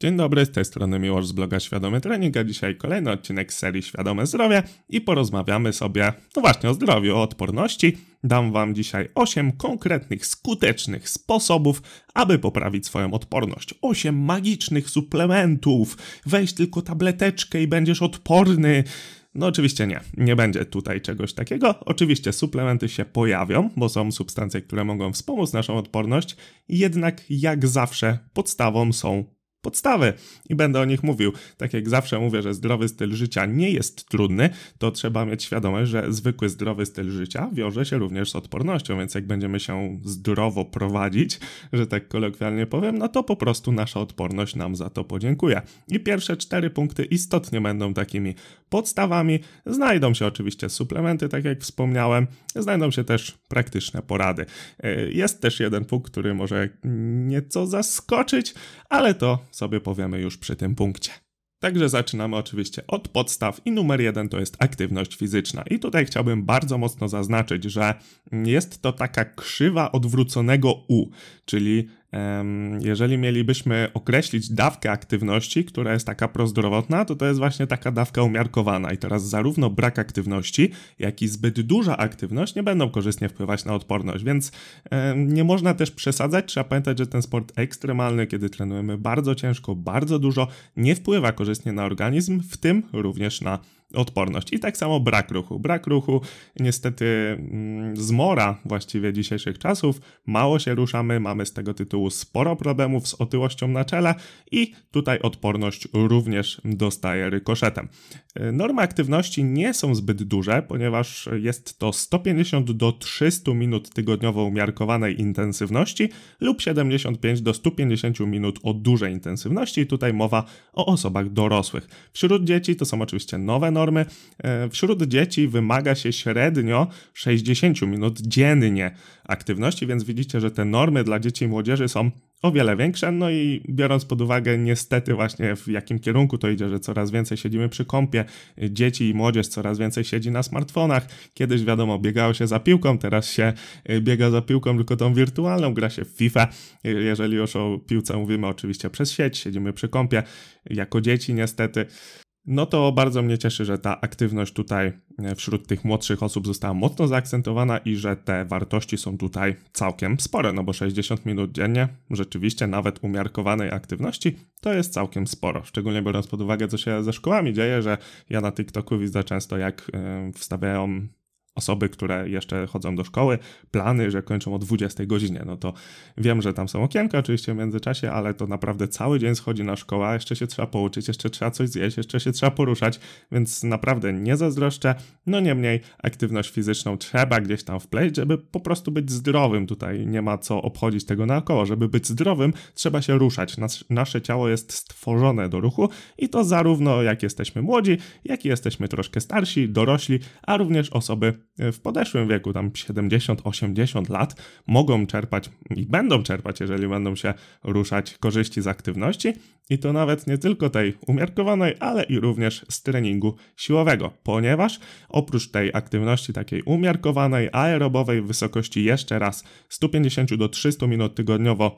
Dzień dobry, z tej strony Miłosz z bloga Świadomy Trening, a dzisiaj kolejny odcinek z serii Świadome Zdrowie i porozmawiamy sobie, właśnie o zdrowiu, o odporności. Dam wam dzisiaj 8 konkretnych, skutecznych sposobów, aby poprawić swoją odporność. 8 magicznych suplementów. Weź tylko tableteczkę i będziesz odporny. No oczywiście nie będzie tutaj czegoś takiego. Oczywiście suplementy się pojawią, bo są substancje, które mogą wspomóc naszą odporność, jednak jak zawsze podstawą są podstawy i będę o nich mówił. Tak jak zawsze mówię, że zdrowy styl życia nie jest trudny, to trzeba mieć świadomość, że zwykły zdrowy styl życia wiąże się również z odpornością, więc jak będziemy się zdrowo prowadzić, że tak kolokwialnie powiem, no to po prostu nasza odporność nam za to podziękuje. I pierwsze 4 punkty istotnie będą takimi podstawami. Znajdą się oczywiście suplementy, tak jak wspomniałem, znajdą się też praktyczne porady. Jest też jeden punkt, który może nieco zaskoczyć, ale to sobie powiemy już przy tym punkcie. Także zaczynamy oczywiście od podstaw i numer 1 to jest aktywność fizyczna. I tutaj chciałbym bardzo mocno zaznaczyć, że jest to taka krzywa odwróconego U, czyli jeżeli mielibyśmy określić dawkę aktywności, która jest taka prozdrowotna, to jest właśnie taka dawka umiarkowana. I teraz zarówno brak aktywności, jak i zbyt duża aktywność nie będą korzystnie wpływać na odporność, więc nie można też przesadzać. Trzeba pamiętać, że ten sport ekstremalny, kiedy trenujemy bardzo ciężko, bardzo dużo, nie wpływa korzystnie na organizm, w tym również na odporność. I tak samo brak ruchu. Brak ruchu niestety zmora właściwie dzisiejszych czasów. Mało się ruszamy, mamy z tego tytułu sporo problemów z otyłością na czele i tutaj odporność również dostaje rykoszetem. Normy aktywności nie są zbyt duże, ponieważ jest to 150 do 300 minut tygodniowo umiarkowanej intensywności lub 75 do 150 minut o dużej intensywności. I tutaj mowa o osobach dorosłych. Wśród dzieci to są oczywiście nowe normy. Wśród dzieci wymaga się średnio 60 minut dziennie aktywności, więc widzicie, że te normy dla dzieci i młodzieży są o wiele większe, no i biorąc pod uwagę niestety właśnie w jakim kierunku to idzie, że coraz więcej siedzimy przy kompie, dzieci i młodzież coraz więcej siedzi na smartfonach, kiedyś wiadomo biegało się za piłką, teraz się biega za piłką tylko tą wirtualną, gra się w FIFA, jeżeli już o piłce mówimy oczywiście przez sieć, siedzimy przy kompie, jako dzieci niestety. No to bardzo mnie cieszy, że ta aktywność tutaj wśród tych młodszych osób została mocno zaakcentowana i że te wartości są tutaj całkiem spore, no bo 60 minut dziennie, rzeczywiście nawet umiarkowanej aktywności, to jest całkiem sporo. Szczególnie biorąc pod uwagę, co się ze szkołami dzieje, że ja na TikToku widzę często, jak wstawiają osoby, które jeszcze chodzą do szkoły, plany, że kończą o 20 godzinie. No to wiem, że tam są okienka oczywiście w międzyczasie, ale to naprawdę cały dzień schodzi na szkołę, a jeszcze się trzeba pouczyć, jeszcze trzeba coś zjeść, jeszcze się trzeba poruszać, więc naprawdę nie zazdroszczę. No niemniej aktywność fizyczną trzeba gdzieś tam wpleść, żeby po prostu być zdrowym. Tutaj nie ma co obchodzić tego naokoło. Żeby być zdrowym, trzeba się ruszać. Nasze ciało jest stworzone do ruchu i to zarówno jak jesteśmy młodzi, jak i jesteśmy troszkę starsi, dorośli, a również osoby w podeszłym wieku, tam 70-80 lat, mogą czerpać i będą czerpać, jeżeli będą się ruszać, korzyści z aktywności i to nawet nie tylko tej umiarkowanej, ale i również z treningu siłowego, ponieważ oprócz tej aktywności takiej umiarkowanej, aerobowej w wysokości jeszcze raz 150 do 300 minut tygodniowo,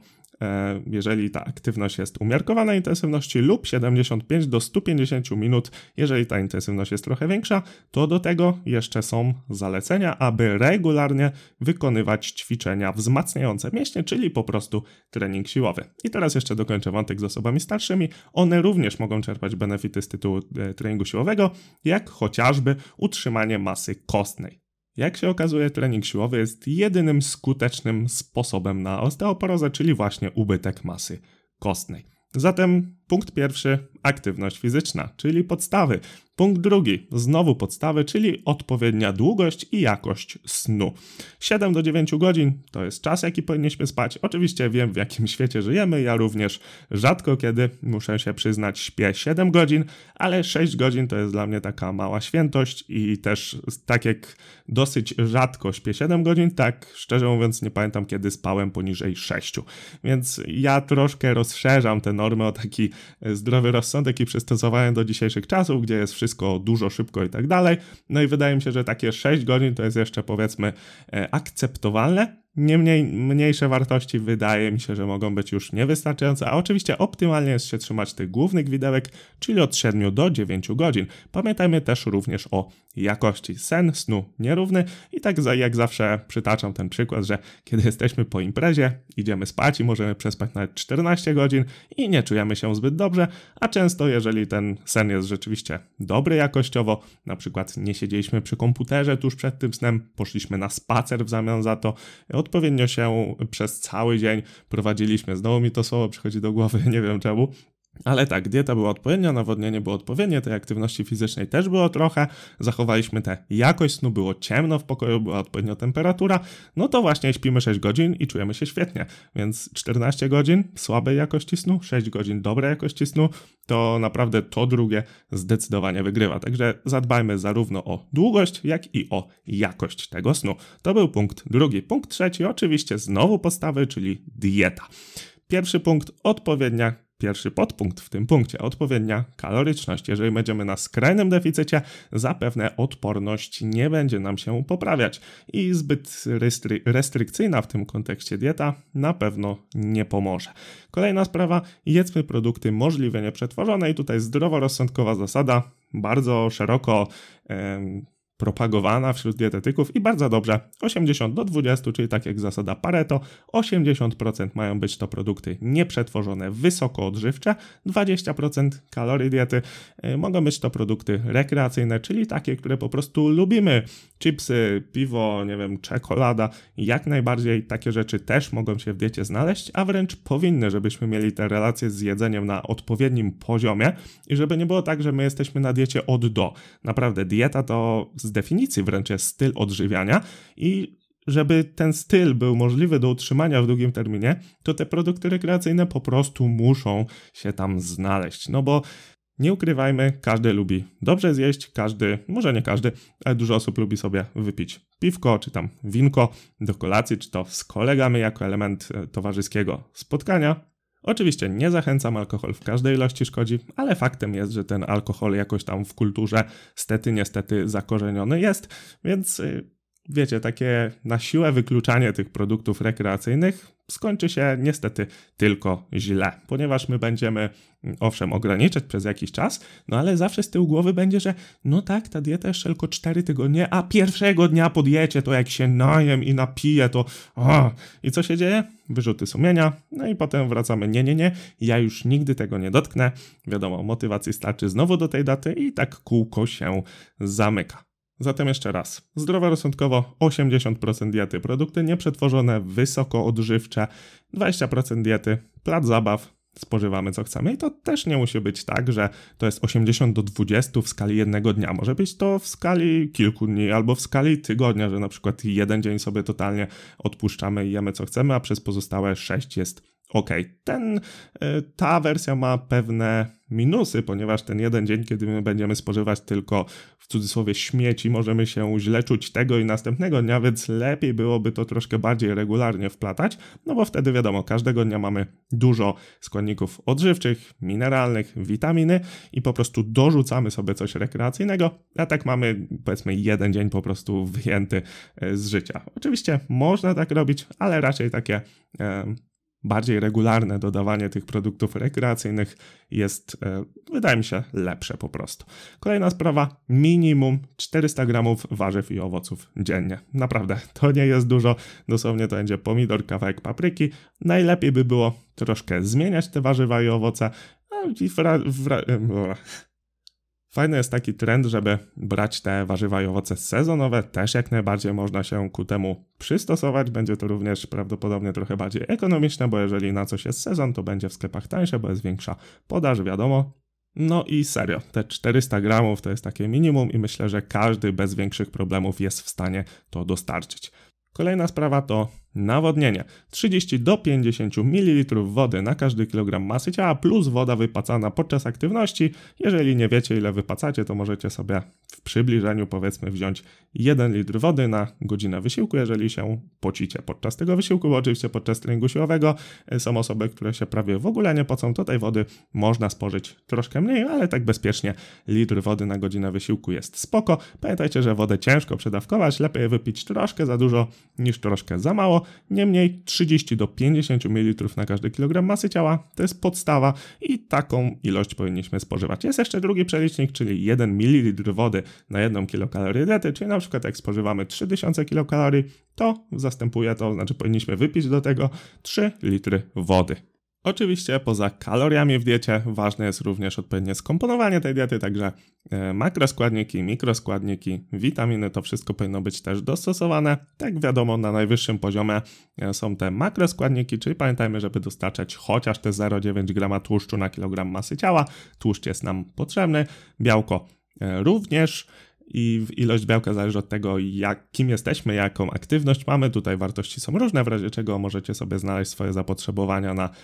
jeżeli ta aktywność jest umiarkowanej intensywności lub 75 do 150 minut, jeżeli ta intensywność jest trochę większa, to do tego jeszcze są zalecenia, aby regularnie wykonywać ćwiczenia wzmacniające mięśnie, czyli po prostu trening siłowy. I teraz jeszcze dokończę wątek z osobami starszymi. One również mogą czerpać benefity z tytułu treningu siłowego, jak chociażby utrzymanie masy kostnej. Jak się okazuje, trening siłowy jest jedynym skutecznym sposobem na osteoporozę, czyli właśnie ubytek masy kostnej. Zatem punkt pierwszy, aktywność fizyczna, czyli podstawy. Punkt drugi, znowu podstawy, czyli odpowiednia długość i jakość snu. 7 do 9 godzin to jest czas, jaki powinniśmy spać. Oczywiście wiem, w jakim świecie żyjemy, ja również rzadko kiedy, muszę się przyznać, śpię 7 godzin, ale 6 godzin to jest dla mnie taka mała świętość i też tak jak dosyć rzadko śpię 7 godzin, tak szczerze mówiąc nie pamiętam, kiedy spałem poniżej 6. Więc ja troszkę rozszerzam te normy o taki zdrowy rozsądek i przystosowanie do dzisiejszych czasów, gdzie jest wszystko dużo, szybko i tak dalej. No i wydaje mi się, że takie 6 godzin to jest jeszcze powiedzmy akceptowalne. Niemniej mniejsze wartości wydaje mi się, że mogą być już niewystarczające, a oczywiście optymalnie jest się trzymać tych głównych widełek, czyli od 7 do 9 godzin. Pamiętajmy też również o jakości. Sen snu nierówny i tak jak zawsze przytaczam ten przykład, że kiedy jesteśmy po imprezie, idziemy spać i możemy przespać nawet 14 godzin i nie czujemy się zbyt dobrze, a często jeżeli ten sen jest rzeczywiście dobry jakościowo, na przykład nie siedzieliśmy przy komputerze tuż przed tym snem, poszliśmy na spacer w zamian za to, odpowiednio się przez cały dzień prowadziliśmy. Znowu mi to słowo przychodzi do głowy, nie wiem czemu. Ale tak, dieta była odpowiednia, nawodnienie było odpowiednie, tej aktywności fizycznej też było trochę, zachowaliśmy tę jakość snu, było ciemno w pokoju, była odpowiednia temperatura, no to właśnie śpimy 6 godzin i czujemy się świetnie, więc 14 godzin słabej jakości snu, 6 godzin dobrej jakości snu, to naprawdę to drugie zdecydowanie wygrywa. Także zadbajmy zarówno o długość, jak i o jakość tego snu. To był punkt drugi. Punkt trzeci, oczywiście znowu podstawy, czyli dieta. Pierwszy punkt, pierwszy podpunkt w tym punkcie, odpowiednia kaloryczność. Jeżeli będziemy na skrajnym deficycie, zapewne odporność nie będzie nam się poprawiać i zbyt restrykcyjna w tym kontekście dieta na pewno nie pomoże. Kolejna sprawa, jedzmy produkty możliwie nieprzetworzone i tutaj zdroworozsądkowa zasada, bardzo szeroko propagowana wśród dietetyków i bardzo dobrze, 80-20, czyli tak jak zasada Pareto, 80% mają być to produkty nieprzetworzone, wysoko odżywcze, 20% kalorii diety mogą być to produkty rekreacyjne, czyli takie, które po prostu lubimy, chipsy, piwo, nie wiem, czekolada, jak najbardziej takie rzeczy też mogą się w diecie znaleźć, a wręcz powinny, żebyśmy mieli te relacje z jedzeniem na odpowiednim poziomie i żeby nie było tak, że my jesteśmy na diecie od do. Naprawdę, dieta to z definicji wręcz jest styl odżywiania i żeby ten styl był możliwy do utrzymania w długim terminie, to te produkty rekreacyjne po prostu muszą się tam znaleźć. No bo nie ukrywajmy, każdy lubi dobrze zjeść, może nie każdy, ale dużo osób lubi sobie wypić piwko, czy tam winko do kolacji, czy to z kolegami jako element towarzyskiego spotkania. Oczywiście nie zachęcam, alkohol w każdej ilości szkodzi, ale faktem jest, że ten alkohol jakoś tam w kulturze niestety zakorzeniony jest, więc wiecie, takie na siłę wykluczanie tych produktów rekreacyjnych skończy się niestety tylko źle, ponieważ my będziemy, owszem, ograniczać przez jakiś czas, no ale zawsze z tyłu głowy będzie, że no tak, ta dieta jeszcze tylko 4 tygodnie, a pierwszego dnia po diecie to jak się najem i napiję, to i co się dzieje? Wyrzuty sumienia, no i potem wracamy, nie, ja już nigdy tego nie dotknę, wiadomo, motywacji starczy znowu do tej daty i tak kółko się zamyka. Zatem jeszcze raz, zdroworozsądkowo 80% diety, produkty nieprzetworzone, wysoko odżywcze, 20% diety, plac zabaw, spożywamy co chcemy i to też nie musi być tak, że to jest 80-20 w skali jednego dnia. Może być to w skali kilku dni albo w skali tygodnia, że na przykład jeden dzień sobie totalnie odpuszczamy i jemy co chcemy, a przez pozostałe 6 jest ok. Ta wersja ma pewne minusy, ponieważ ten jeden dzień, kiedy my będziemy spożywać tylko w cudzysłowie śmieci, możemy się źle czuć tego i następnego dnia, więc lepiej byłoby to troszkę bardziej regularnie wplatać, no bo wtedy wiadomo, każdego dnia mamy dużo składników odżywczych, mineralnych, witaminy i po prostu dorzucamy sobie coś rekreacyjnego, a tak mamy powiedzmy jeden dzień po prostu wyjęty z życia. Oczywiście można tak robić, ale raczej takie bardziej regularne dodawanie tych produktów rekreacyjnych jest, wydaje mi się, lepsze po prostu. Kolejna sprawa, minimum 400 gramów warzyw i owoców dziennie. Naprawdę, to nie jest dużo, dosłownie to będzie pomidor, kawałek papryki. Najlepiej by było troszkę zmieniać te warzywa i owoce, Fajny jest taki trend, żeby brać te warzywa i owoce sezonowe, też jak najbardziej można się ku temu przystosować, będzie to również prawdopodobnie trochę bardziej ekonomiczne, bo jeżeli na coś jest sezon, to będzie w sklepach tańsze, bo jest większa podaż, wiadomo. No i serio, te 400 gramów to jest takie minimum i myślę, że każdy bez większych problemów jest w stanie to dostarczyć. Kolejna sprawa to nawodnienie. 30 do 50 ml wody na każdy kilogram masy ciała plus woda wypacana podczas aktywności. Jeżeli nie wiecie, ile wypacacie, to możecie sobie w przybliżeniu powiedzmy wziąć 1 litr wody na godzinę wysiłku, jeżeli się pocicie podczas tego wysiłku, bo oczywiście podczas treningu siłowego są osoby, które się prawie w ogóle nie pocą, to tej wody można spożyć troszkę mniej, ale tak bezpiecznie litr wody na godzinę wysiłku jest spoko. Pamiętajcie, że wodę ciężko przedawkować, lepiej wypić troszkę za dużo niż troszkę za mało. niemniej 30 do 50 ml na każdy kilogram masy ciała to jest podstawa i taką ilość powinniśmy spożywać. Jest jeszcze drugi przelicznik, czyli 1 ml wody na 1 kilokalorii diety, czyli na przykład jak spożywamy 3000 kilokalorii, to zastępuje to, znaczy powinniśmy wypić do tego 3 litry wody. Oczywiście poza kaloriami w diecie ważne jest również odpowiednie skomponowanie tej diety, także makroskładniki, mikroskładniki, witaminy, to wszystko powinno być też dostosowane. Tak wiadomo, na najwyższym poziomie są te makroskładniki, czyli pamiętajmy, żeby dostarczać chociaż te 0,9 g tłuszczu na kilogram masy ciała. Tłuszcz jest nam potrzebny, białko również. I ilość białka zależy od tego, kim jesteśmy, jaką aktywność mamy. Tutaj wartości są różne, w razie czego możecie sobie znaleźć swoje zapotrzebowania na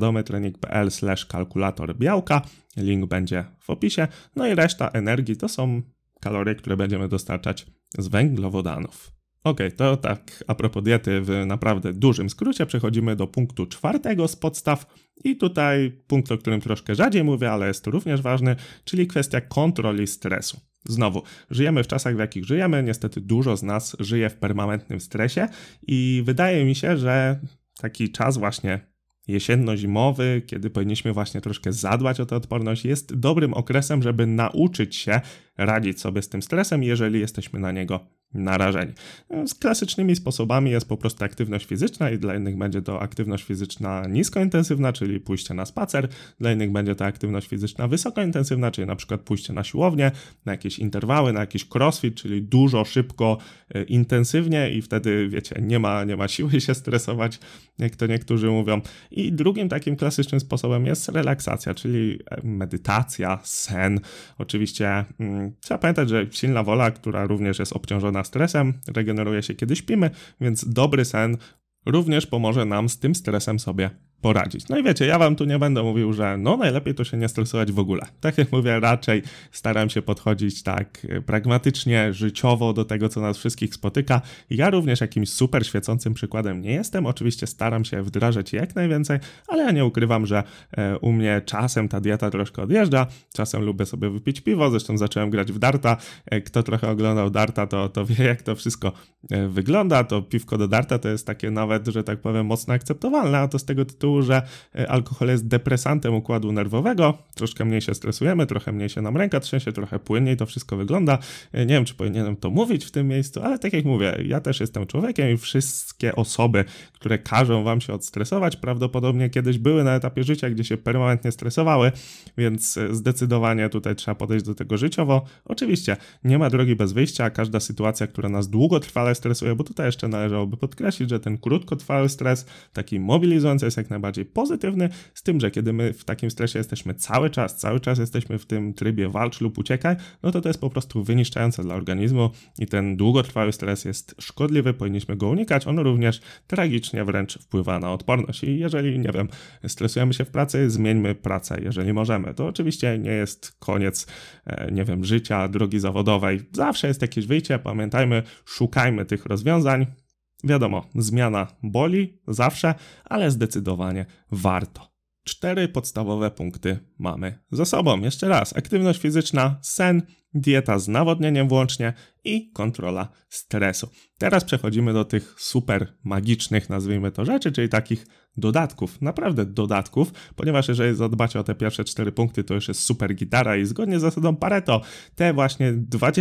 świadomytrening.pl/kalkulator białka. Link będzie w opisie. No i reszta energii to są kalorie, które będziemy dostarczać z węglowodanów. Okej, to tak a propos diety w naprawdę dużym skrócie przechodzimy do punktu 4 z podstaw i tutaj punkt, o którym troszkę rzadziej mówię, ale jest to również ważny, czyli kwestia kontroli stresu. Znowu, żyjemy w czasach, w jakich żyjemy, niestety dużo z nas żyje w permanentnym stresie i wydaje mi się, że taki czas właśnie jesienno-zimowy, kiedy powinniśmy właśnie troszkę zadbać o tę odporność, jest dobrym okresem, żeby nauczyć się radzić sobie z tym stresem, jeżeli jesteśmy na niego narażeni. Z klasycznymi sposobami jest po prostu aktywność fizyczna i dla innych będzie to aktywność fizyczna niskointensywna, czyli pójście na spacer, dla innych będzie to aktywność fizyczna wysokointensywna, czyli na przykład pójście na siłownię, na jakieś interwały, na jakiś crossfit, czyli dużo, szybko, intensywnie i wtedy, wiecie, nie ma siły się stresować, jak to niektórzy mówią. I drugim takim klasycznym sposobem jest relaksacja, czyli medytacja, sen. Oczywiście trzeba pamiętać, że silna wola, która również jest obciążona stresem, regeneruje się, kiedy śpimy, więc dobry sen również pomoże nam z tym stresem sobie poradzić. No i wiecie, ja wam tu nie będę mówił, że najlepiej to się nie stresować w ogóle. Tak jak mówię, raczej staram się podchodzić tak pragmatycznie, życiowo do tego, co nas wszystkich spotyka. Ja również jakimś super świecącym przykładem nie jestem. Oczywiście staram się wdrażać jak najwięcej, ale ja nie ukrywam, że u mnie czasem ta dieta troszkę odjeżdża. Czasem lubię sobie wypić piwo, zresztą zacząłem grać w darta. Kto trochę oglądał darta, to wie, jak to wszystko wygląda. To piwko do darta to jest takie nawet, że tak powiem, mocno akceptowalne, a to z tego tytułu, że alkohol jest depresantem układu nerwowego, troszkę mniej się stresujemy, trochę mniej się nam ręka trzęsie, trochę płynniej to wszystko wygląda. Nie wiem, czy powinienem to mówić w tym miejscu, ale tak jak mówię, ja też jestem człowiekiem i wszystkie osoby, które każą wam się odstresować, prawdopodobnie kiedyś były na etapie życia, gdzie się permanentnie stresowały, więc zdecydowanie tutaj trzeba podejść do tego życiowo. Oczywiście nie ma drogi bez wyjścia, każda sytuacja, która nas długotrwale stresuje, bo tutaj jeszcze należałoby podkreślić, że ten krótkotrwały stres, taki mobilizujący, jest jak najbardziej pozytywny, z tym, że kiedy my w takim stresie jesteśmy cały czas jesteśmy w tym trybie walcz lub uciekaj, to jest po prostu wyniszczające dla organizmu i ten długotrwały stres jest szkodliwy, powinniśmy go unikać, on również tragicznie wręcz wpływa na odporność i jeżeli, nie wiem, stresujemy się w pracy, zmieńmy pracę, jeżeli możemy. To oczywiście nie jest koniec, nie wiem, życia, drogi zawodowej, zawsze jest jakieś wyjście, pamiętajmy, szukajmy tych rozwiązań. Wiadomo, zmiana boli zawsze, ale zdecydowanie warto. 4 podstawowe punkty mamy za sobą. Jeszcze raz, aktywność fizyczna, sen, dieta z nawodnieniem włącznie i kontrola stresu. Teraz przechodzimy do tych super magicznych, nazwijmy to, rzeczy, czyli takich dodatków, naprawdę dodatków, ponieważ jeżeli zadbacie o te pierwsze 4 punkty, to już jest super gitara i zgodnie z zasadą Pareto, te właśnie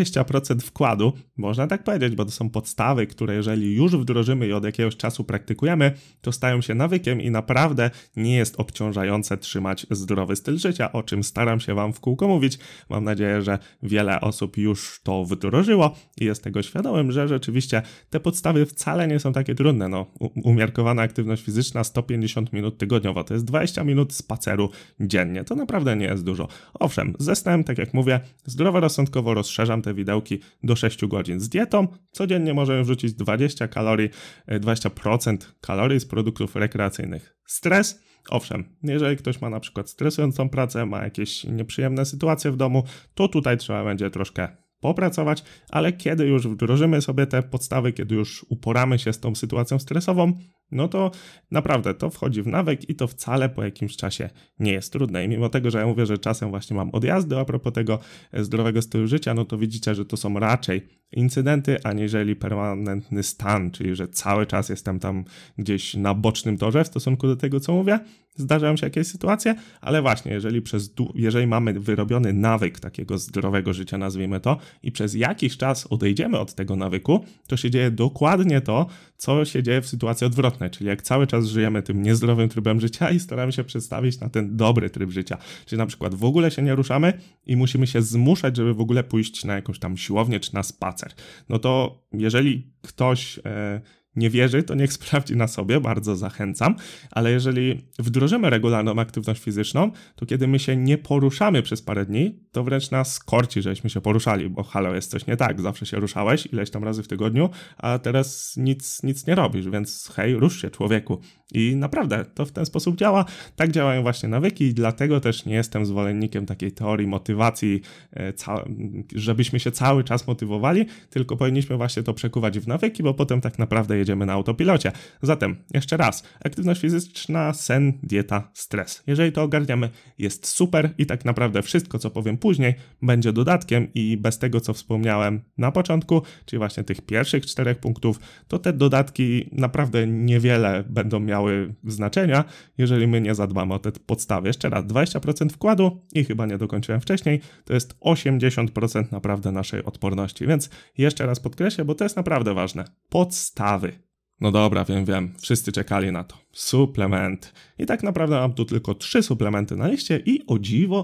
20% wkładu, można tak powiedzieć, bo to są podstawy, które jeżeli już wdrożymy i od jakiegoś czasu praktykujemy, to stają się nawykiem i naprawdę nie jest obciążające trzymać zdrowy styl życia, o czym staram się wam w kółko mówić. Mam nadzieję, że wiele osób już to wdrożyło i jest tego świadomym, że rzeczywiście te podstawy wcale nie są takie trudne. Umiarkowana aktywność fizyczna 150 minut tygodniowo, to jest 20 minut spaceru dziennie. To naprawdę nie jest dużo. Owszem, ze snem, tak jak mówię, zdroworozsądkowo rozszerzam te widełki do 6 godzin. Z dietą codziennie możemy wrzucić 20% kalorii z produktów rekreacyjnych. Stres? Owszem, jeżeli ktoś ma na przykład stresującą pracę, ma jakieś nieprzyjemne sytuacje w domu, to tutaj trzeba będzie troszkę popracować, ale kiedy już wdrożymy sobie te podstawy, kiedy już uporamy się z tą sytuacją stresową, no to naprawdę to wchodzi w nawyk i to wcale po jakimś czasie nie jest trudne. I mimo tego, że ja mówię, że czasem właśnie mam odjazdy a propos tego zdrowego stylu życia, no to widzicie, że to są raczej incydenty, aniżeli permanentny stan, czyli że cały czas jestem tam gdzieś na bocznym torze w stosunku do tego, co mówię. Zdarzają się jakieś sytuacje, ale właśnie, jeżeli mamy wyrobiony nawyk takiego zdrowego życia, nazwijmy to, i przez jakiś czas odejdziemy od tego nawyku, to się dzieje dokładnie to, co się dzieje w sytuacji odwrotnej, czyli jak cały czas żyjemy tym niezdrowym trybem życia i staramy się przestawić na ten dobry tryb życia, czyli na przykład w ogóle się nie ruszamy i musimy się zmuszać, żeby w ogóle pójść na jakąś tam siłownię czy na spacer. No to jeżeli ktoś nie wierzy, to niech sprawdzi na sobie, bardzo zachęcam, ale jeżeli wdrożymy regularną aktywność fizyczną, to kiedy my się nie poruszamy przez parę dni, to wręcz nas korci, żeśmy się poruszali, bo halo, jest coś nie tak, zawsze się ruszałeś ileś tam razy w tygodniu, a teraz nic nie robisz, więc hej, rusz się, człowieku. I naprawdę to w ten sposób działa, tak działają właśnie nawyki i dlatego też nie jestem zwolennikiem takiej teorii motywacji, żebyśmy się cały czas motywowali, tylko powinniśmy właśnie to przekuwać w nawyki, bo potem tak naprawdę jedziemy na autopilocie. Zatem, jeszcze raz, aktywność fizyczna, sen, dieta, stres. Jeżeli to ogarniamy, jest super i tak naprawdę wszystko, co powiem później, będzie dodatkiem i bez tego, co wspomniałem na początku, czyli właśnie tych pierwszych 4 punktów, to te dodatki naprawdę niewiele będą miały znaczenia, jeżeli my nie zadbamy o te podstawy. Jeszcze raz, 20% wkładu i chyba nie dokończyłem wcześniej, to jest 80% naprawdę naszej odporności, więc jeszcze raz podkreślę, bo to jest naprawdę ważne. Podstawy. No dobra, wiem, wszyscy czekali na to. Suplement. I tak naprawdę mam tu tylko 3 suplementy na liście i o dziwo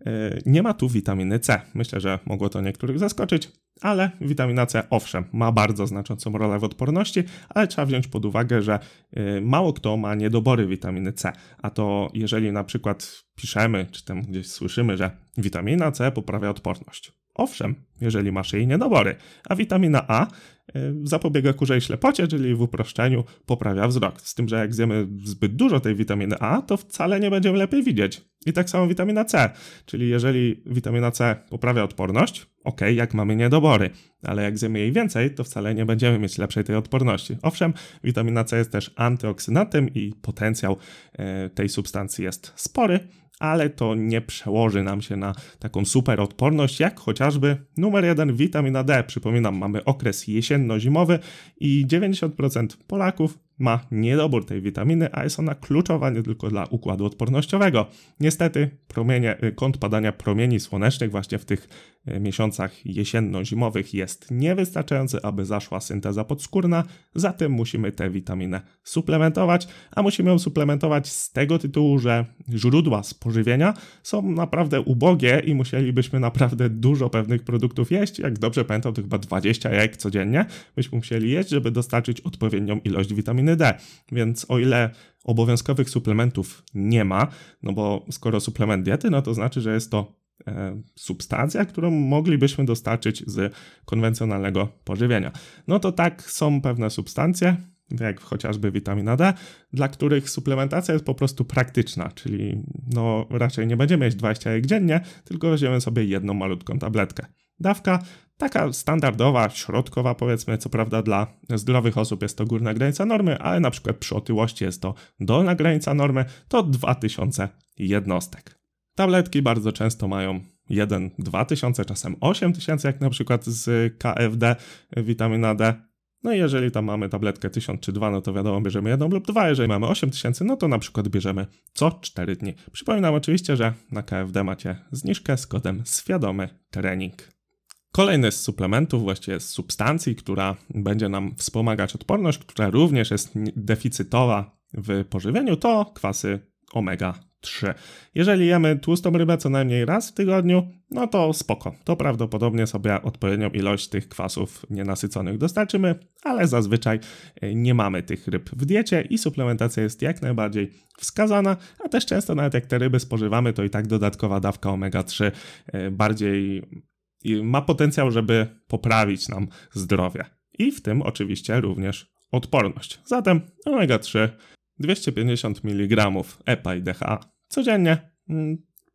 nie ma tu witaminy C. Myślę, że mogło to niektórych zaskoczyć, ale witamina C owszem, ma bardzo znaczącą rolę w odporności, ale trzeba wziąć pod uwagę, że mało kto ma niedobory witaminy C. A to jeżeli na przykład piszemy, czy tam gdzieś słyszymy, że witamina C poprawia odporność. Owszem, jeżeli masz jej niedobory, a witamina A zapobiega kurzej ślepocie, czyli w uproszczeniu poprawia wzrok. Z tym, że jak zjemy zbyt dużo tej witaminy A, to wcale nie będziemy lepiej widzieć. I tak samo witamina C, czyli jeżeli witamina C poprawia odporność, jak mamy niedobory, ale jak zjemy jej więcej, to wcale nie będziemy mieć lepszej tej odporności. Owszem, witamina C jest też antyoksydantem i potencjał tej substancji jest spory, ale to nie przełoży nam się na taką super odporność, jak chociażby numer 1 witamina D. Przypominam, mamy okres jesienno-zimowy i 90% Polaków ma niedobór tej witaminy, a jest ona kluczowa nie tylko dla układu odpornościowego. Niestety kąt padania promieni słonecznych właśnie w tych miesiącach jesienno-zimowych jest niewystarczający, aby zaszła synteza podskórna, zatem musimy tę witaminę suplementować, a musimy ją suplementować z tego tytułu, że źródła spożywienia są naprawdę ubogie i musielibyśmy naprawdę dużo pewnych produktów jeść. Jak dobrze pamiętam, to chyba 20 jajek codziennie byśmy musieli jeść, żeby dostarczyć odpowiednią ilość witaminy D. Więc o ile obowiązkowych suplementów nie ma, no bo skoro suplement diety, no to znaczy, że jest to substancja, którą moglibyśmy dostarczyć z konwencjonalnego pożywienia. No to tak, są pewne substancje, jak chociażby witamina D, dla których suplementacja jest po prostu praktyczna, czyli no raczej nie będziemy jeść 20 jajek dziennie, tylko weźmiemy sobie jedną malutką tabletkę. Dawka taka standardowa, środkowa powiedzmy, co prawda dla zdrowych osób jest to górna granica normy, ale na przykład przy otyłości jest to dolna granica normy, to 2000 jednostek. Tabletki bardzo często mają 1-2 tysiące, czasem 8 tysięcy, jak na przykład z KFD, witamina D. No i jeżeli tam mamy tabletkę 1000 czy 2, no to wiadomo, bierzemy 1 lub 2. Jeżeli mamy 8000, no to na przykład bierzemy co 4 dni. Przypominam oczywiście, że na KFD macie zniżkę z kodem Świadomy Trening. Kolejny z suplementów, właściwie z substancji, która będzie nam wspomagać odporność, która również jest deficytowa w pożywieniu, to kwasy omega-3. Jeżeli jemy tłustą rybę co najmniej raz w tygodniu, no to spoko. To prawdopodobnie sobie odpowiednią ilość tych kwasów nienasyconych dostarczymy, ale zazwyczaj nie mamy tych ryb w diecie i suplementacja jest jak najbardziej wskazana, a też często nawet jak te ryby spożywamy, to i tak dodatkowa dawka omega-3 bardziej ma potencjał, żeby poprawić nam zdrowie. I w tym oczywiście również odporność. Zatem omega-3 250 mg EPA i DHA codziennie.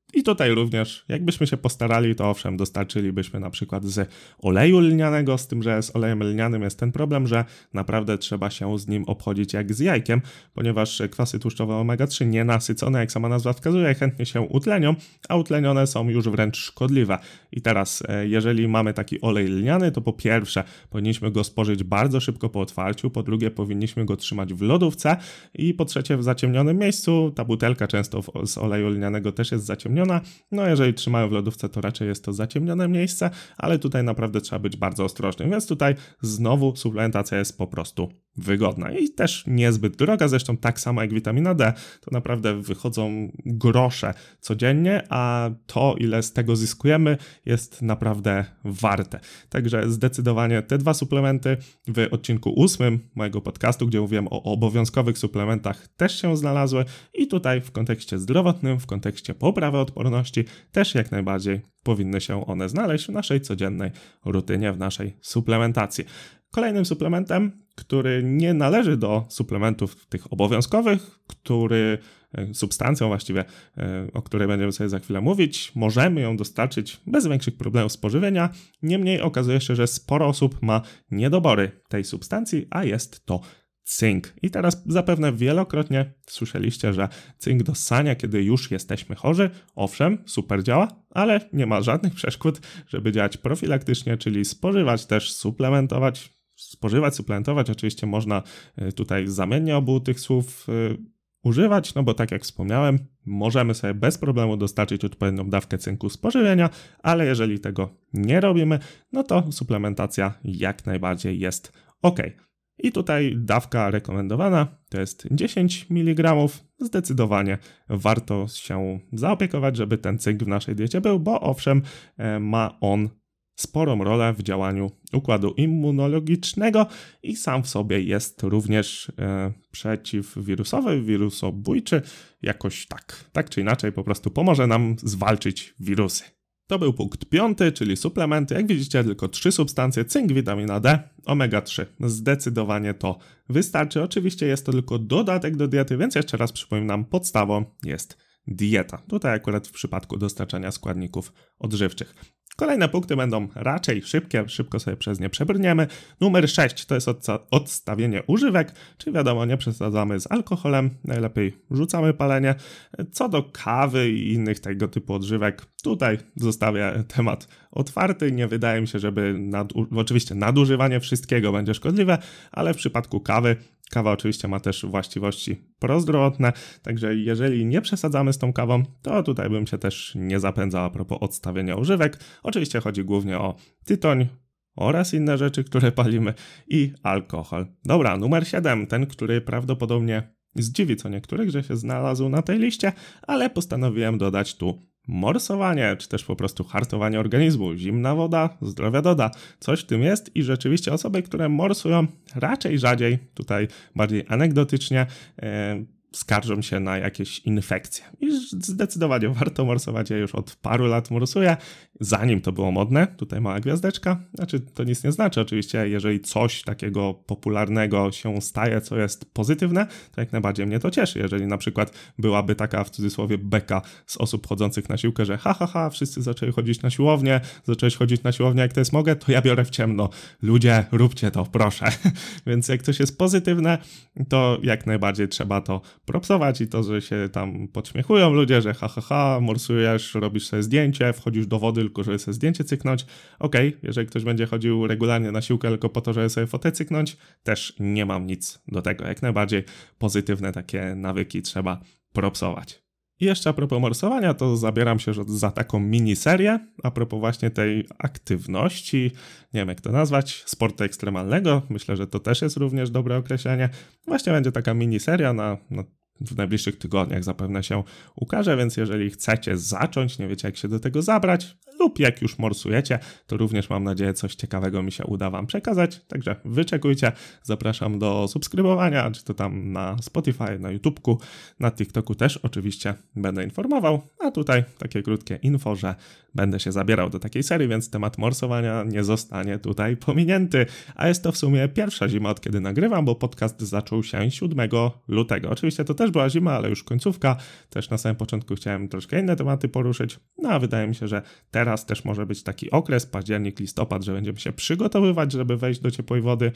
I tutaj również, jakbyśmy się postarali, to owszem, dostarczylibyśmy na przykład z oleju lnianego, z tym, że z olejem lnianym jest ten problem, że naprawdę trzeba się z nim obchodzić jak z jajkiem, ponieważ kwasy tłuszczowe omega-3 nienasycone, jak sama nazwa wskazuje, chętnie się utlenią, a utlenione są już wręcz szkodliwe. I teraz, jeżeli mamy taki olej lniany, to po pierwsze powinniśmy go spożyć bardzo szybko po otwarciu, po drugie powinniśmy go trzymać w lodówce i po trzecie w zaciemnionym miejscu. Ta butelka często z oleju lnianego też jest zaciemniona. No jeżeli trzymają w lodówce, to raczej jest to zaciemnione miejsce, ale tutaj naprawdę trzeba być bardzo ostrożnym, więc tutaj znowu suplementacja jest po prostu wygodna i też niezbyt droga, zresztą tak samo jak witamina D, to naprawdę wychodzą grosze codziennie, a to ile z tego zyskujemy jest naprawdę warte. Także zdecydowanie te dwa suplementy w odcinku 8 mojego podcastu, gdzie mówiłem o obowiązkowych suplementach, też się znalazły i tutaj w kontekście zdrowotnym, w kontekście poprawy odporności też jak najbardziej powinny się one znaleźć w naszej codziennej rutynie, w naszej suplementacji. Kolejnym suplementem, który nie należy do suplementów tych obowiązkowych, substancją właściwie, o której będziemy sobie za chwilę mówić, możemy ją dostarczyć bez większych problemów z pożywienia, niemniej okazuje się, że sporo osób ma niedobory tej substancji, a jest to cynk. I teraz zapewne wielokrotnie słyszeliście, że cynk do ssania, kiedy już jesteśmy chorzy, owszem, super działa, ale nie ma żadnych przeszkód, żeby działać profilaktycznie, czyli spożywać też, suplementować. Spożywać, suplementować, oczywiście można tutaj zamiennie obu tych słów używać, no bo tak jak wspomniałem, możemy sobie bez problemu dostarczyć odpowiednią dawkę cynku z pożywienia, ale jeżeli tego nie robimy, no to suplementacja jak najbardziej jest ok. I tutaj dawka rekomendowana to jest 10 mg. Zdecydowanie warto się zaopiekować, żeby ten cynk w naszej diecie był, bo owszem, ma on sporą rolę w działaniu układu immunologicznego i sam w sobie jest również przeciwwirusowy, wirusobójczy, jakoś tak czy inaczej po prostu pomoże nam zwalczyć wirusy. To był punkt 5, czyli suplementy. Jak widzicie, tylko 3 substancje: cynk, witamina D, omega-3. Zdecydowanie to wystarczy. Oczywiście jest to tylko dodatek do diety, więc jeszcze raz przypominam, podstawą jest dieta. Tutaj akurat w przypadku dostarczania składników odżywczych. Kolejne punkty będą raczej szybkie, szybko sobie przez nie przebrniemy. Numer 6 to jest odstawienie używek, czyli wiadomo, nie przesadzamy z alkoholem, najlepiej rzucamy palenie. Co do kawy i innych tego typu odżywek, tutaj zostawię temat otwarty. Nie wydaje mi się, żeby oczywiście nadużywanie wszystkiego będzie szkodliwe, ale w przypadku kawa oczywiście ma też właściwości prozdrowotne, także jeżeli nie przesadzamy z tą kawą, to tutaj bym się też nie zapędzał a propos odstawienia używek. Oczywiście chodzi głównie o tytoń oraz inne rzeczy, które palimy i alkohol. Dobra, numer 7, ten, który prawdopodobnie zdziwi co niektórych, że się znalazł na tej liście, ale postanowiłem dodać tu morsowanie, czy też po prostu hartowanie organizmu. Zimna woda zdrowia doda. Coś w tym jest i rzeczywiście osoby, które morsują raczej rzadziej, tutaj bardziej anegdotycznie, skarżą się na jakieś infekcje. I zdecydowanie warto morsować. Ja już od paru lat morsuję, zanim to było modne. Tutaj mała gwiazdeczka. Znaczy, to nic nie znaczy. Oczywiście, jeżeli coś takiego popularnego się staje, co jest pozytywne, to jak najbardziej mnie to cieszy. Jeżeli na przykład byłaby taka, w cudzysłowie, beka z osób chodzących na siłkę, że wszyscy zaczęli chodzić na siłownię, zacząłeś chodzić na siłownię, jak to jest mogę, to ja biorę w ciemno. Ludzie, róbcie to, proszę. Więc jak coś jest pozytywne, to jak najbardziej trzeba to propsować i to, że się tam podśmiechują ludzie, że morsujesz, robisz sobie zdjęcie, wchodzisz do wody tylko, żeby sobie zdjęcie cyknąć. Okej, jeżeli ktoś będzie chodził regularnie na siłkę tylko po to, żeby sobie fotę cyknąć, też nie mam nic do tego. Jak najbardziej pozytywne takie nawyki trzeba propsować. I jeszcze a propos morsowania, to zabieram się za taką miniserię, a propos właśnie tej aktywności, nie wiem jak to nazwać, sportu ekstremalnego. Myślę, że to też jest również dobre określenie. Właśnie będzie taka miniseria w najbliższych tygodniach zapewne się ukaże, więc jeżeli chcecie zacząć, nie wiecie jak się do tego zabrać, lub jak już morsujecie, to również mam nadzieję coś ciekawego mi się uda wam przekazać, także wyczekujcie, zapraszam do subskrybowania, czy to tam na Spotify, na YouTubeku, na TikToku też oczywiście będę informował, a tutaj takie krótkie info, że będę się zabierał do takiej serii, więc temat morsowania nie zostanie tutaj pominięty, a jest to w sumie pierwsza zima, od kiedy nagrywam, bo podcast zaczął się 7 lutego. Oczywiście to też była zima, ale już końcówka, też na samym początku chciałem troszkę inne tematy poruszyć, no a wydaje mi się, że teraz też może być taki okres, październik, listopad, że będziemy się przygotowywać, żeby wejść do ciepłej wody,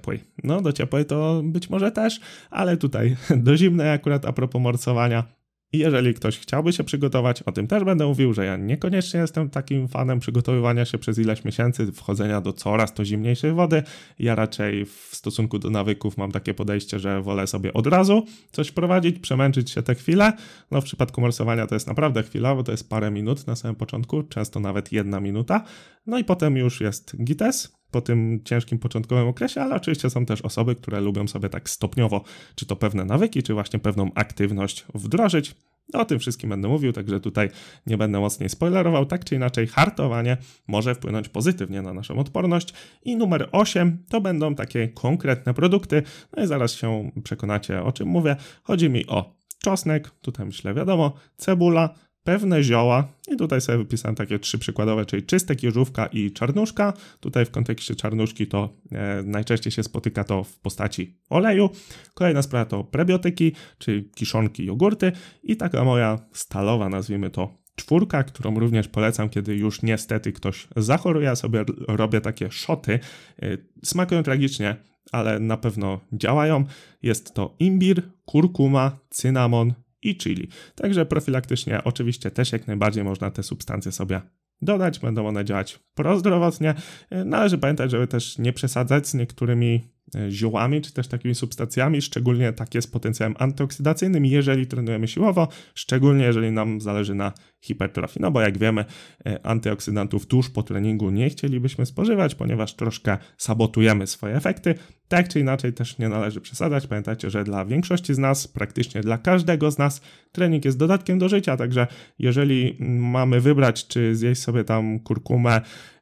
no do ciepłej to być może też, ale tutaj do zimnej akurat a propos morsowania. I jeżeli ktoś chciałby się przygotować, o tym też będę mówił, że ja niekoniecznie jestem takim fanem przygotowywania się przez ileś miesięcy, wchodzenia do coraz to zimniejszej wody. Ja raczej w stosunku do nawyków mam takie podejście, że wolę sobie od razu coś wprowadzić, przemęczyć się tę chwilę. No w przypadku morsowania to jest naprawdę chwila, bo to jest parę minut na samym początku, często nawet 1 minuta. No i potem już jest gites po tym ciężkim początkowym okresie, ale oczywiście są też osoby, które lubią sobie tak stopniowo, czy to pewne nawyki, czy właśnie pewną aktywność wdrożyć. O tym wszystkim będę mówił, także tutaj nie będę mocniej spoilerował. Tak czy inaczej, hartowanie może wpłynąć pozytywnie na naszą odporność. I numer 8 to będą takie konkretne produkty. No i zaraz się przekonacie, o czym mówię. Chodzi mi o czosnek, tutaj myślę wiadomo, cebula, pewne zioła i tutaj sobie wypisałem takie 3 przykładowe, czyli czystek, jeżówka i czarnuszka. Tutaj w kontekście czarnuszki to najczęściej się spotyka to w postaci oleju. Kolejna sprawa to prebiotyki, czyli kiszonki, jogurty i taka moja stalowa, nazwijmy to 4, którą również polecam, kiedy już niestety ktoś zachoruje. Ja sobie robię takie szoty, smakują tragicznie, ale na pewno działają. Jest to imbir, kurkuma, cynamon i chili. Także profilaktycznie oczywiście też jak najbardziej można te substancje sobie dodać, będą one działać prozdrowotnie. Należy pamiętać, żeby też nie przesadzać z niektórymi ziołami, czy też takimi substancjami, szczególnie takie z potencjałem antyoksydacyjnym, jeżeli trenujemy siłowo, szczególnie jeżeli nam zależy na hipertrofii. No bo jak wiemy, antyoksydantów tuż po treningu nie chcielibyśmy spożywać, ponieważ troszkę sabotujemy swoje efekty. Tak czy inaczej też nie należy przesadzać. Pamiętajcie, że dla większości z nas, praktycznie dla każdego z nas, trening jest dodatkiem do życia, także jeżeli mamy wybrać, czy zjeść sobie tam kurkumę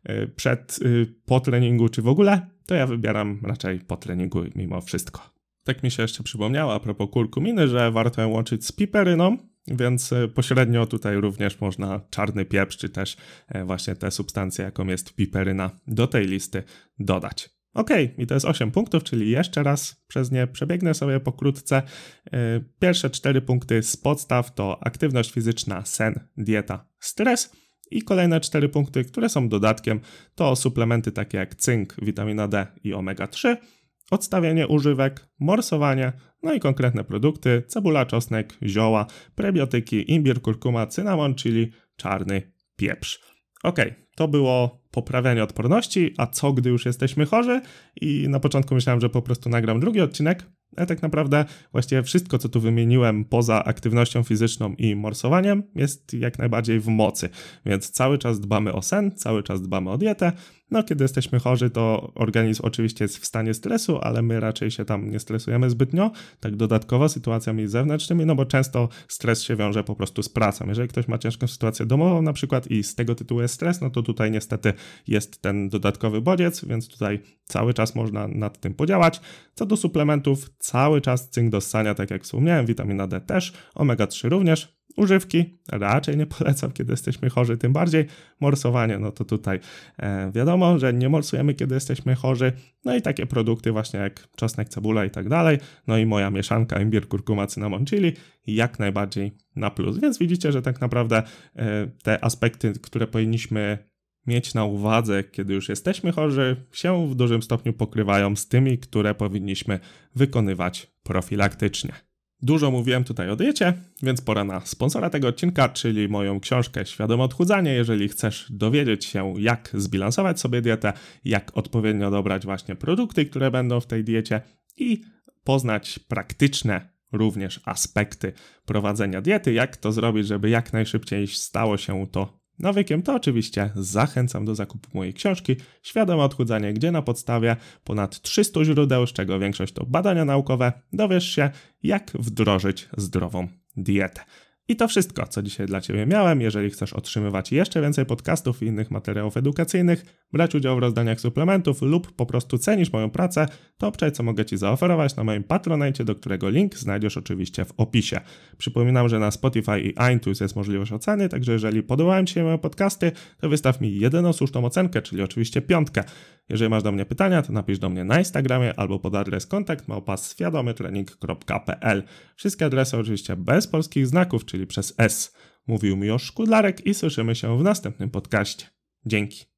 po treningu, czy w ogóle, to ja wybieram raczej po treningu mimo wszystko. Tak mi się jeszcze przypomniało a propos kurkuminy, że warto ją łączyć z piperyną, więc pośrednio tutaj również można czarny pieprz, czy też właśnie te substancje, jaką jest piperyna, do tej listy dodać. Okej, i to jest 8 punktów, czyli jeszcze raz przez nie przebiegnę sobie pokrótce. Pierwsze 4 punkty z podstaw to aktywność fizyczna, sen, dieta, stres. I kolejne 4 punkty, które są dodatkiem, to suplementy takie jak cynk, witamina D i omega-3, odstawienie używek, morsowanie, no i konkretne produkty, cebula, czosnek, zioła, prebiotyki, imbir, kurkuma, cynamon, czyli czarny pieprz. Okej, to było poprawianie odporności, a co gdy już jesteśmy chorzy? I na początku myślałem, że po prostu nagram drugi odcinek, ale tak naprawdę właściwie wszystko, co tu wymieniłem poza aktywnością fizyczną i morsowaniem jest jak najbardziej w mocy, więc cały czas dbamy o sen, cały czas dbamy o dietę. No kiedy jesteśmy chorzy, to organizm oczywiście jest w stanie stresu, ale my raczej się tam nie stresujemy zbytnio, tak dodatkowo sytuacjami zewnętrznymi, no bo często stres się wiąże po prostu z pracą. Jeżeli ktoś ma ciężką sytuację domową na przykład i z tego tytułu jest stres, no to tutaj niestety jest ten dodatkowy bodziec, więc tutaj cały czas można nad tym podziałać. Co do suplementów, cały czas cynk do ssania, tak jak wspomniałem, witamina D też, omega-3 również. Używki raczej nie polecam, kiedy jesteśmy chorzy, tym bardziej morsowanie, no to tutaj wiadomo, że nie morsujemy, kiedy jesteśmy chorzy, no i takie produkty właśnie jak czosnek, cebula i tak dalej, no i moja mieszanka imbir, kurkuma, cynamon, chili jak najbardziej na plus, więc widzicie, że tak naprawdę te aspekty, które powinniśmy mieć na uwadze, kiedy już jesteśmy chorzy, się w dużym stopniu pokrywają z tymi, które powinniśmy wykonywać profilaktycznie. Dużo mówiłem tutaj o diecie, więc pora na sponsora tego odcinka, czyli moją książkę Świadome Odchudzanie. Jeżeli chcesz dowiedzieć się, jak zbilansować sobie dietę, jak odpowiednio dobrać właśnie produkty, które będą w tej diecie i poznać praktyczne również aspekty prowadzenia diety, jak to zrobić, żeby jak najszybciej stało się to nawykiem, to oczywiście zachęcam do zakupu mojej książki Świadome Odchudzanie, gdzie na podstawie ponad 300 źródeł, z czego większość to badania naukowe, dowiesz się, jak wdrożyć zdrową dietę. I to wszystko, co dzisiaj dla Ciebie miałem. Jeżeli chcesz otrzymywać jeszcze więcej podcastów i innych materiałów edukacyjnych, brać udział w rozdaniach suplementów lub po prostu cenisz moją pracę, to obczaj, co mogę Ci zaoferować na moim Patronite, do którego link znajdziesz oczywiście w opisie. Przypominam, że na Spotify i iTunes jest możliwość oceny, także jeżeli podobają Ci się moje podcasty, to wystaw mi jedyną słuszną ocenkę, czyli oczywiście 5. Jeżeli masz do mnie pytania, to napisz do mnie na Instagramie albo pod adres kontakt@świadomytrening.pl. Wszystkie adresy oczywiście bez polskich znaków, czyli przez S. Mówił Miłosz Szkudlarek i słyszymy się w następnym podcaście. Dzięki.